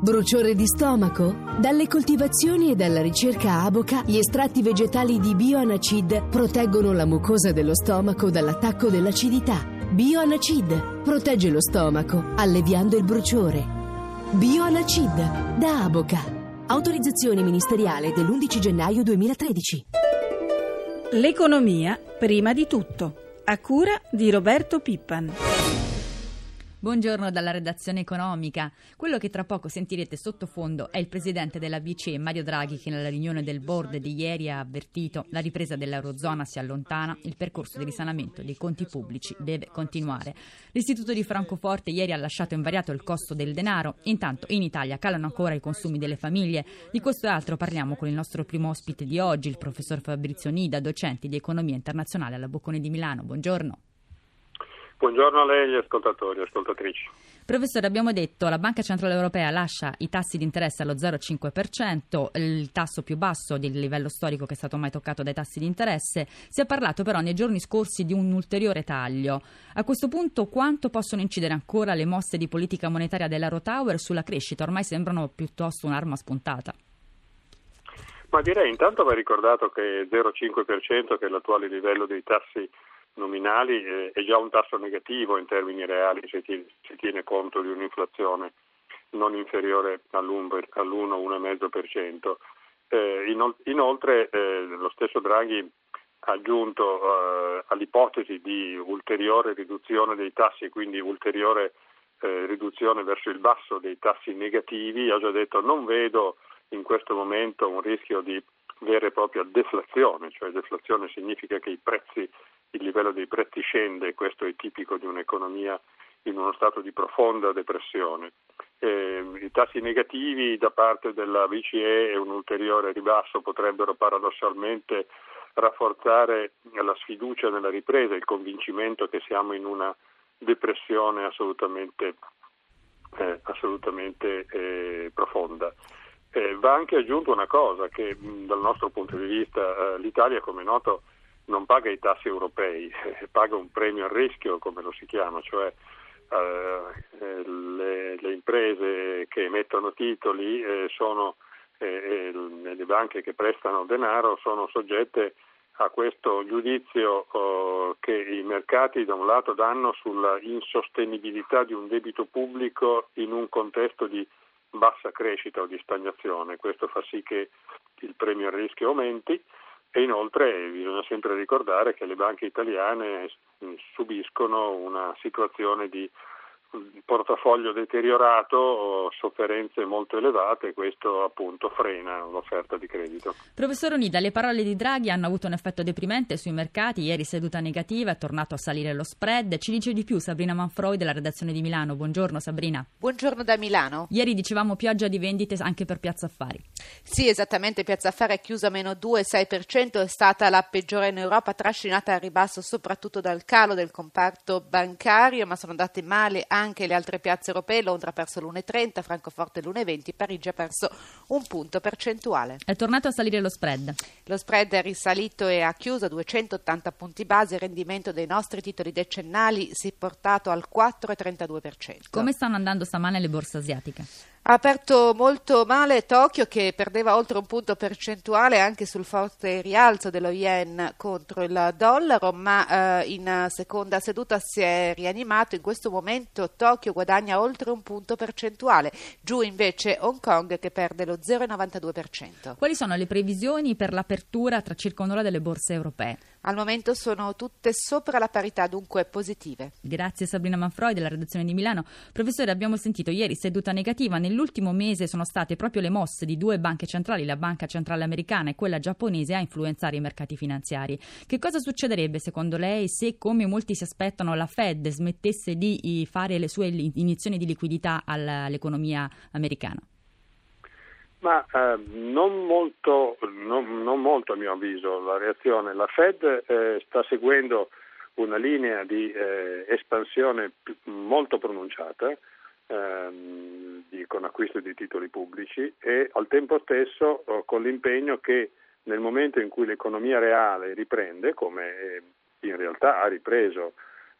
Bruciore di stomaco? Dalle coltivazioni e dalla ricerca Aboca, gli estratti vegetali di Bioanacid proteggono la mucosa dello stomaco dall'attacco dell'acidità. Bioanacid protegge lo stomaco, alleviando il bruciore. Bioanacid da Aboca. Autorizzazione ministeriale dell'11 gennaio 2013. L'economia prima di tutto, a cura di Roberto Pippan. Buongiorno dalla redazione economica. Quello che tra poco sentirete sottofondo è il presidente della BCE, Mario Draghi, che nella riunione del board di ieri ha avvertito: la ripresa dell'Eurozona si allontana, il percorso di risanamento dei conti pubblici deve continuare. L'Istituto di Francoforte ieri ha lasciato invariato il costo del denaro. Intanto in Italia calano ancora i consumi delle famiglie. Di questo e altro parliamo con il nostro primo ospite di oggi, il professor Fabrizio Nida, docente di economia internazionale alla Bocconi di Milano. Buongiorno. Buongiorno a lei e agli ascoltatori e ascoltatrici. Professore, abbiamo detto la Banca Centrale Europea lascia i tassi di interesse allo 0,5%, il tasso più basso del livello storico che è stato mai toccato dai tassi di interesse. Si è parlato però nei giorni scorsi di un ulteriore taglio. A questo punto quanto possono incidere ancora le mosse di politica monetaria dell'Eurotower sulla crescita? Ormai sembrano piuttosto un'arma spuntata. Ma direi intanto va ricordato che 0,5%, che è l'attuale livello dei tassi nominali, è già un tasso negativo in termini reali se si tiene conto di un'inflazione non inferiore all'1-1,5%. Inoltre lo stesso Draghi ha aggiunto all'ipotesi di ulteriore riduzione dei tassi, quindi ulteriore riduzione verso il basso dei tassi negativi, ha già detto: non vedo in questo momento un rischio di vera e propria deflazione, cioè deflazione significa che il livello dei prezzi scende, e questo è tipico di un'economia in uno stato di profonda depressione. I tassi negativi da parte della BCE e un ulteriore ribasso potrebbero paradossalmente rafforzare la sfiducia nella ripresa, il convincimento che siamo in una depressione assolutamente profonda. Va anche aggiunto una cosa, che dal nostro punto di vista l'Italia, come è noto, non paga i tassi europei, paga un premio al rischio, come lo si chiama, cioè le imprese che emettono titoli e le banche che prestano denaro sono soggette a questo giudizio che i mercati da un lato danno sulla insostenibilità di un debito pubblico in un contesto di bassa crescita o di stagnazione. Questo fa sì che il premio al rischio aumenti. E inoltre bisogna sempre ricordare che le banche italiane subiscono una situazione di portafoglio deteriorato, sofferenze molto elevate, e questo appunto frena l'offerta di credito. Professor Onida, le parole di Draghi hanno avuto un effetto deprimente sui mercati. Ieri seduta negativa, è tornato a salire lo spread. Ci dice di più Sabrina Manfroi della redazione di Milano. Buongiorno Sabrina. Buongiorno da Milano. Ieri dicevamo pioggia di vendite anche per Piazza Affari. Sì, esattamente, Piazza Affari è chiusa a meno 2,6%, è stata la peggiore in Europa, trascinata al ribasso soprattutto dal calo del comparto bancario, ma sono andate male anche le altre piazze europee. Londra ha perso l'1,30, Francoforte l'1,20, Parigi ha perso un punto percentuale. È tornato a salire lo spread. Lo spread è risalito e ha chiuso a 280 punti base. Il rendimento dei nostri titoli decennali si è portato al 4,32%. Come stanno andando stamane le borse asiatiche? Ha aperto molto male Tokyo, che perdeva oltre un punto percentuale anche sul forte rialzo dello yen contro il dollaro, ma in seconda seduta si è rianimato. In questo momento Tokyo guadagna oltre un punto percentuale, giù invece Hong Kong che perde lo 0,92%. Quali sono le previsioni per l'apertura tra circa un'ora delle borse europee? Al momento sono tutte sopra la parità, dunque positive. Grazie Sabrina Manfroi della redazione di Milano. Professore, abbiamo sentito ieri seduta negativa. Nell'ultimo mese sono state proprio le mosse di due banche centrali, la Banca Centrale Americana e quella giapponese, a influenzare i mercati finanziari. Che cosa succederebbe secondo lei se, come molti si aspettano, la Fed smettesse di fare le sue iniezioni di liquidità all'economia americana? Ma non molto a mio avviso la reazione. La Fed sta seguendo una linea di espansione molto pronunciata, con acquisto di titoli pubblici, e al tempo stesso con l'impegno che nel momento in cui l'economia reale riprende, come in realtà ha ripreso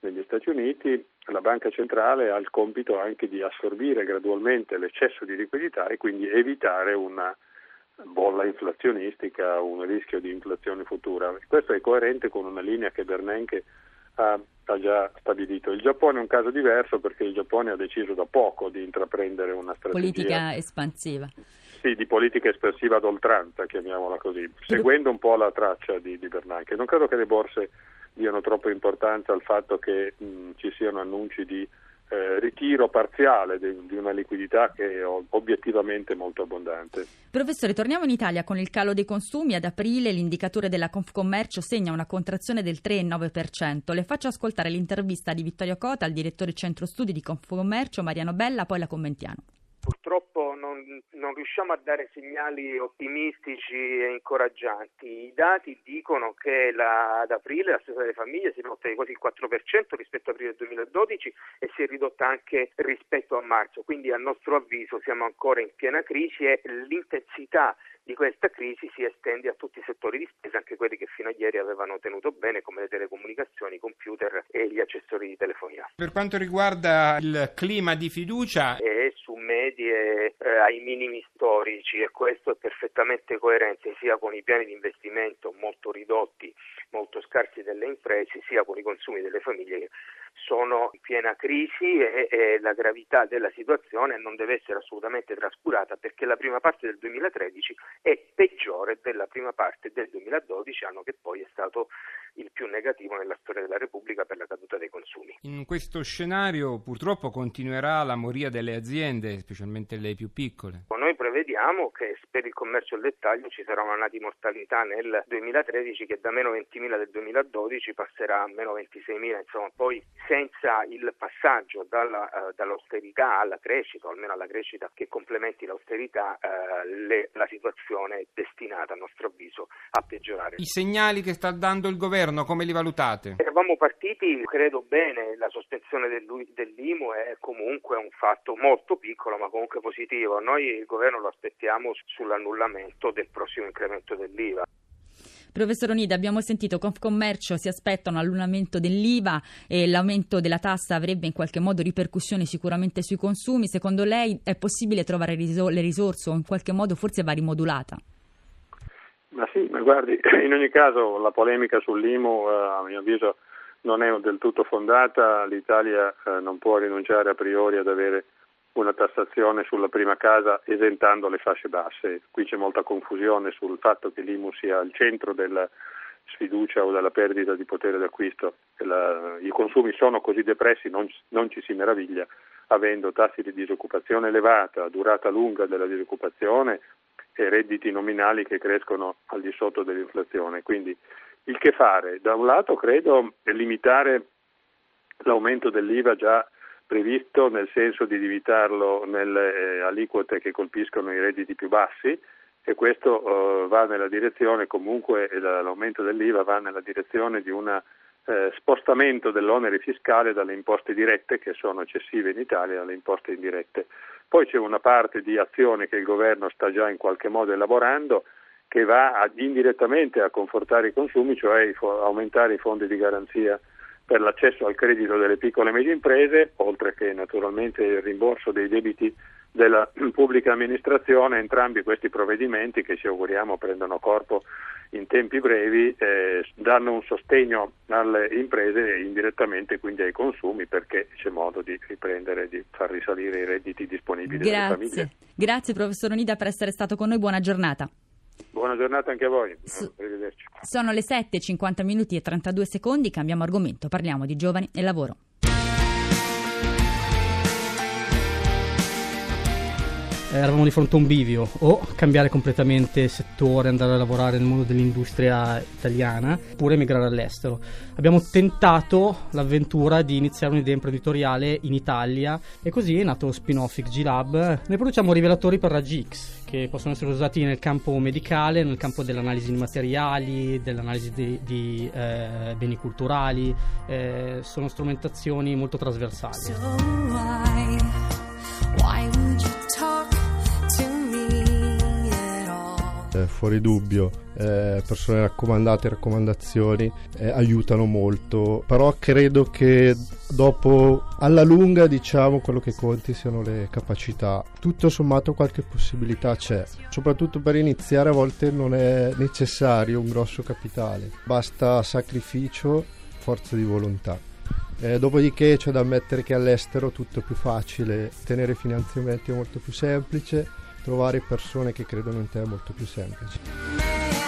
negli Stati Uniti, la banca centrale ha il compito anche di assorbire gradualmente l'eccesso di liquidità e quindi evitare una bolla inflazionistica, un rischio di inflazione futura. Questo è coerente con una linea che Bernanke ha già stabilito. Il Giappone è un caso diverso perché il Giappone ha deciso da poco di intraprendere una strategia politica espansiva. Sì, di politica espansiva ad oltranza, chiamiamola così, seguendo un po' la traccia di Bernanke. Non credo che le borse diano troppa importanza al fatto che ci siano annunci di ritiro parziale di una liquidità che è obiettivamente molto abbondante. Professore, torniamo in Italia con il calo dei consumi. Ad aprile l'indicatore della Confcommercio segna una contrazione del 3,9%. Le faccio ascoltare l'intervista di Vittorio Cota al direttore centro studi di Confcommercio, Mariano Bella, poi la commentiamo. Purtroppo non riusciamo a dare segnali ottimistici e incoraggianti. I dati dicono che ad aprile la spesa delle famiglie si è ridotta di quasi il 4% rispetto a aprile 2012 e si è ridotta anche rispetto a marzo. Quindi a nostro avviso siamo ancora in piena crisi e l'intensità di questa crisi si estende a tutti i settori di spesa, anche quelli che fino a ieri avevano tenuto bene, come le telecomunicazioni, i computer e gli accessori di telefonia. Per quanto riguarda il clima di fiducia, è su medie ai minimi storici e questo è perfettamente coerente sia con i piani di investimento molto ridotti, molto scarsi delle imprese, sia con i consumi delle famiglie che sono in piena crisi e la gravità della situazione non deve essere assolutamente trascurata, perché la prima parte del 2013 è peggiore della prima parte del 2012, anno che poi è stato il più negativo nella storia della Repubblica per la caduta dei consumi. In questo scenario purtroppo continuerà la moria delle aziende, specialmente le più piccole. Noi prevediamo che per il commercio al dettaglio ci sarà una di mortalità nel 2013 che da meno 20.000 del 2012 passerà a meno 26.000, insomma poi senza il passaggio dall'austerità alla crescita, o almeno alla crescita che complementi l'austerità, la situazione è destinata a nostro avviso a peggiorare. I segnali che sta dando il governo, come li valutate? Eravamo partiti, credo bene, la sospensione dell'IMU è comunque un fatto molto piccolo ma comunque positivo. Noi il governo lo aspettiamo sull'annullamento del prossimo incremento dell'IVA. Professor Onida, abbiamo sentito Confcommercio si aspettano l'annullamento dell'IVA e l'aumento della tassa avrebbe in qualche modo ripercussioni sicuramente sui consumi. Secondo lei è possibile trovare le risorse o in qualche modo forse va rimodulata? Ma sì, ma guardi, in ogni caso la polemica sull'IMU a mio avviso non è del tutto fondata. L'Italia non può rinunciare a priori ad avere una tassazione sulla prima casa esentando le fasce basse. Qui c'è molta confusione sul fatto che l'IMU sia al centro della sfiducia o della perdita di potere d'acquisto. I consumi sono così depressi, non ci si meraviglia, avendo tassi di disoccupazione elevata, durata lunga della disoccupazione e redditi nominali che crescono al di sotto dell'inflazione. Quindi il che fare? Da un lato credo limitare l'aumento dell'IVA già previsto, nel senso di limitarlo nelle aliquote che colpiscono i redditi più bassi, e questo va nella direzione, comunque l'aumento dell'IVA va nella direzione di un spostamento dell'onere fiscale dalle imposte dirette, che sono eccessive in Italia, alle imposte indirette. Poi c'è una parte di azione che il governo sta già in qualche modo elaborando, che va indirettamente a confortare i consumi, cioè aumentare i fondi di garanzia per l'accesso al credito delle piccole e medie imprese, oltre che naturalmente il rimborso dei debiti della pubblica amministrazione. Entrambi questi provvedimenti, che ci auguriamo prendano corpo in tempi brevi, danno un sostegno alle imprese e indirettamente quindi ai consumi, perché c'è modo di riprendere, di far risalire i redditi disponibili delle famiglie. Grazie professor Onida per essere stato con noi, buona giornata. Buona giornata anche a voi, arrivederci. Sono le 7:50 e 32 secondi, cambiamo argomento, parliamo di giovani e lavoro. Eravamo di fronte a un bivio: o cambiare completamente settore, andare a lavorare nel mondo dell'industria italiana, oppure emigrare all'estero. Abbiamo tentato l'avventura di iniziare un'idea imprenditoriale in Italia e così è nato lo spin-off XG Lab. Noi produciamo rivelatori per raggi X che possono essere usati nel campo medicale, nel campo dell'analisi di materiali, dell'analisi di beni culturali. Sono strumentazioni molto trasversali. So why would you talk to me at all? fuori dubbio, persone raccomandate, raccomandazioni aiutano molto, però credo che dopo, alla lunga, diciamo, quello che conti siano le capacità. Tutto sommato qualche possibilità c'è, soprattutto per iniziare a volte non è necessario un grosso capitale, basta sacrificio, forza di volontà. Dopodiché c'è da ammettere che all'estero tutto è più facile, ottenere finanziamenti è molto più semplice, trovare persone che credono in te è molto più semplice.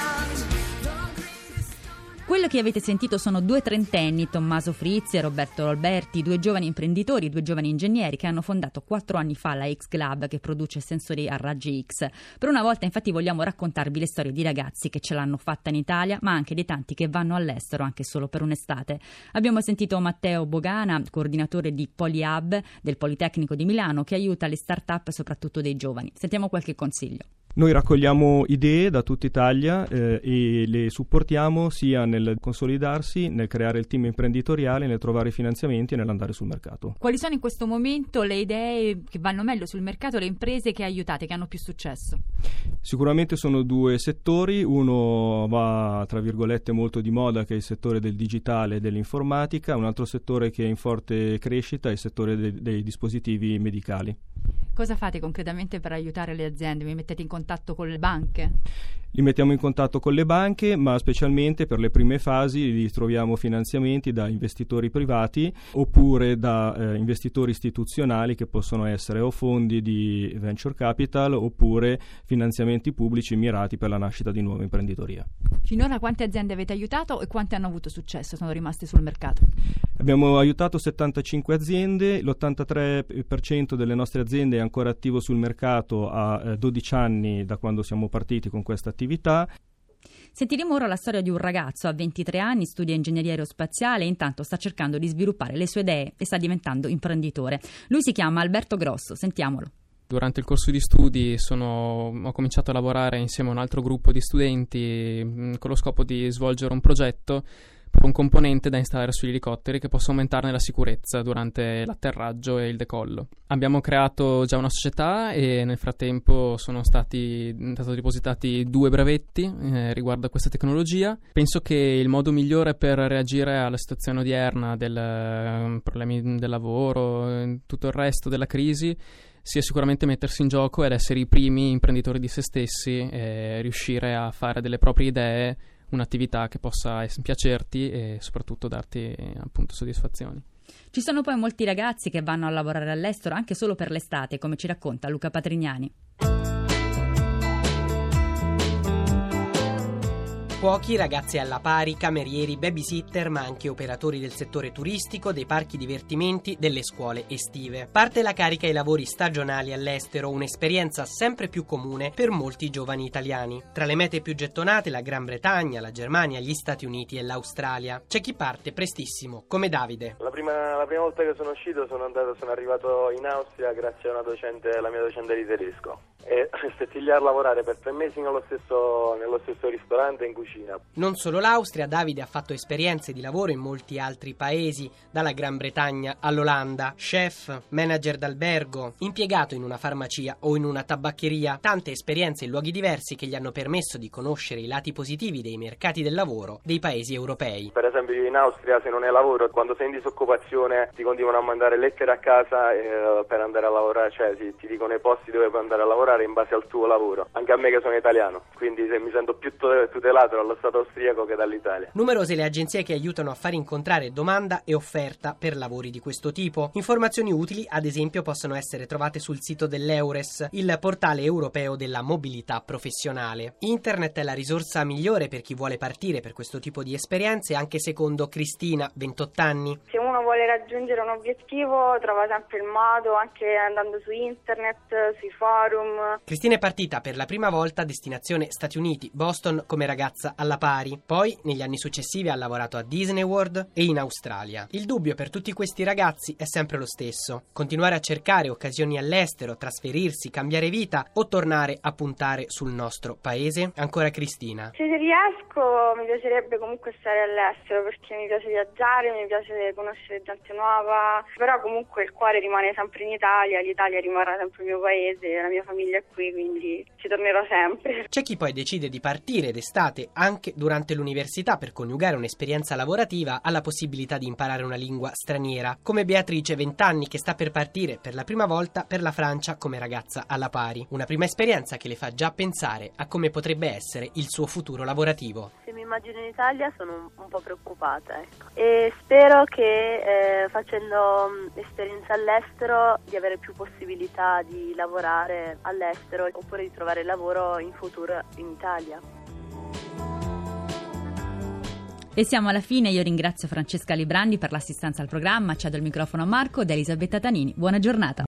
Quello che avete sentito sono due trentenni, Tommaso Frizzi e Roberto Alberti, due giovani imprenditori, due giovani ingegneri che hanno fondato 4 anni fa la X-Lab, che produce sensori a raggi X. Per una volta infatti vogliamo raccontarvi le storie di ragazzi che ce l'hanno fatta in Italia, ma anche dei tanti che vanno all'estero anche solo per un'estate. Abbiamo sentito Matteo Bogana, coordinatore di PolyHub del Politecnico di Milano, che aiuta le start-up soprattutto dei giovani. Sentiamo qualche consiglio. Noi raccogliamo idee da tutta Italia e le supportiamo sia nel consolidarsi, nel creare il team imprenditoriale, nel trovare finanziamenti e nell'andare sul mercato. Quali sono in questo momento le idee che vanno meglio sul mercato, le imprese che aiutate, che hanno più successo? Sicuramente sono 2 settori, uno va tra virgolette molto di moda, che è il settore del digitale e dell'informatica, un altro settore che è in forte crescita è il settore dei dispositivi medicali. Cosa fate concretamente per aiutare le aziende? Vi mettete in contatto con le banche? Li mettiamo in contatto con le banche, ma specialmente per le prime fasi li troviamo finanziamenti da investitori privati oppure da investitori istituzionali, che possono essere o fondi di venture capital oppure finanziamenti pubblici mirati per la nascita di nuova imprenditoria. Finora quante aziende avete aiutato e quante hanno avuto successo, sono rimaste sul mercato? Abbiamo aiutato 75 aziende, l'83% delle nostre aziende è ancora attivo sul mercato a 12 anni da quando siamo partiti con questa attività. Sentiremo ora la storia di un ragazzo a 23 anni, studia ingegneria aerospaziale e intanto sta cercando di sviluppare le sue idee e sta diventando imprenditore. Lui si chiama Alberto Grosso, sentiamolo. Durante il corso di studi ho cominciato a lavorare insieme a un altro gruppo di studenti con lo scopo di svolgere un progetto, un componente da installare sugli elicotteri che possa aumentarne la sicurezza durante l'atterraggio e il decollo. Abbiamo creato già una società e nel frattempo sono stati depositati 2 brevetti riguardo a questa tecnologia. Penso che il modo migliore per reagire alla situazione odierna del problemi del lavoro, tutto il resto della crisi, sia sicuramente mettersi in gioco ed essere i primi imprenditori di se stessi e riuscire a fare delle proprie idee un'attività che possa piacerti e soprattutto darti appunto soddisfazioni. Ci sono poi molti ragazzi che vanno a lavorare all'estero anche solo per l'estate, come ci racconta Luca Patrignani. Cuochi, ragazzi alla pari, camerieri, babysitter, ma anche operatori del settore turistico, dei parchi divertimenti, delle scuole estive. Parte la carica ai lavori stagionali all'estero, un'esperienza sempre più comune per molti giovani italiani. Tra le mete più gettonate la Gran Bretagna, la Germania, gli Stati Uniti e l'Australia. C'è chi parte prestissimo, come Davide. La prima volta che sono uscito sono arrivato in Austria grazie a una docente, la mia docente di tedesco. E stetti lì a lavorare per 3 mesi nello stesso ristorante in cucina. Non solo l'Austria, Davide ha fatto esperienze di lavoro in molti altri paesi, dalla Gran Bretagna all'Olanda, chef, manager d'albergo, impiegato in una farmacia o in una tabaccheria, tante esperienze in luoghi diversi che gli hanno permesso di conoscere i lati positivi dei mercati del lavoro dei paesi europei. Per esempio in Austria, se non hai lavoro, quando sei in disoccupazione ti continuano a mandare lettere a casa per andare a lavorare, cioè ti dicono i posti dove puoi andare a lavorare in base al tuo lavoro, anche a me che sono italiano, quindi mi sento più tutelato dallo Stato austriaco che dall'Italia. Numerose le agenzie che aiutano a far incontrare domanda e offerta per lavori di questo tipo. Informazioni utili, ad esempio, possono essere trovate sul sito dell'Eures, il portale europeo della mobilità professionale. Internet è la risorsa migliore per chi vuole partire per questo tipo di esperienze, anche secondo Cristina, 28 anni. Se uno vuole raggiungere un obiettivo trova sempre il modo, anche andando su internet, sui forum. Cristina è partita per la prima volta a destinazione Stati Uniti, Boston, come ragazza alla pari. Poi, negli anni successivi, ha lavorato a Disney World e in Australia. Il dubbio per tutti questi ragazzi è sempre lo stesso: continuare a cercare occasioni all'estero, trasferirsi, cambiare vita o tornare a puntare sul nostro paese? Ancora Cristina. Se riesco mi piacerebbe comunque stare all'estero, perché mi piace viaggiare, mi piace conoscere gente nuova, però comunque il cuore rimane sempre in Italia, l'Italia rimarrà sempre il mio paese, la mia famiglia è qui, quindi ci ci tornerò sempre. C'è chi poi decide di partire d'estate anche durante l'università per coniugare un'esperienza lavorativa alla possibilità di imparare una lingua straniera, come Beatrice, 20 anni, che sta per partire per la prima volta per la Francia come ragazza alla pari. Una prima esperienza che le fa già pensare a come potrebbe essere il suo futuro lavorativo. Se mi immagino in Italia sono un po' preoccupata, ecco. E spero che facendo esperienza all'estero di avere più possibilità di lavorare all'estero oppure di trovare lavoro in futuro in Italia. E siamo alla fine. Io ringrazio Francesca Librandi per l'assistenza al programma, cedo il microfono a Marco ed Elisabetta Tanini. Buona giornata.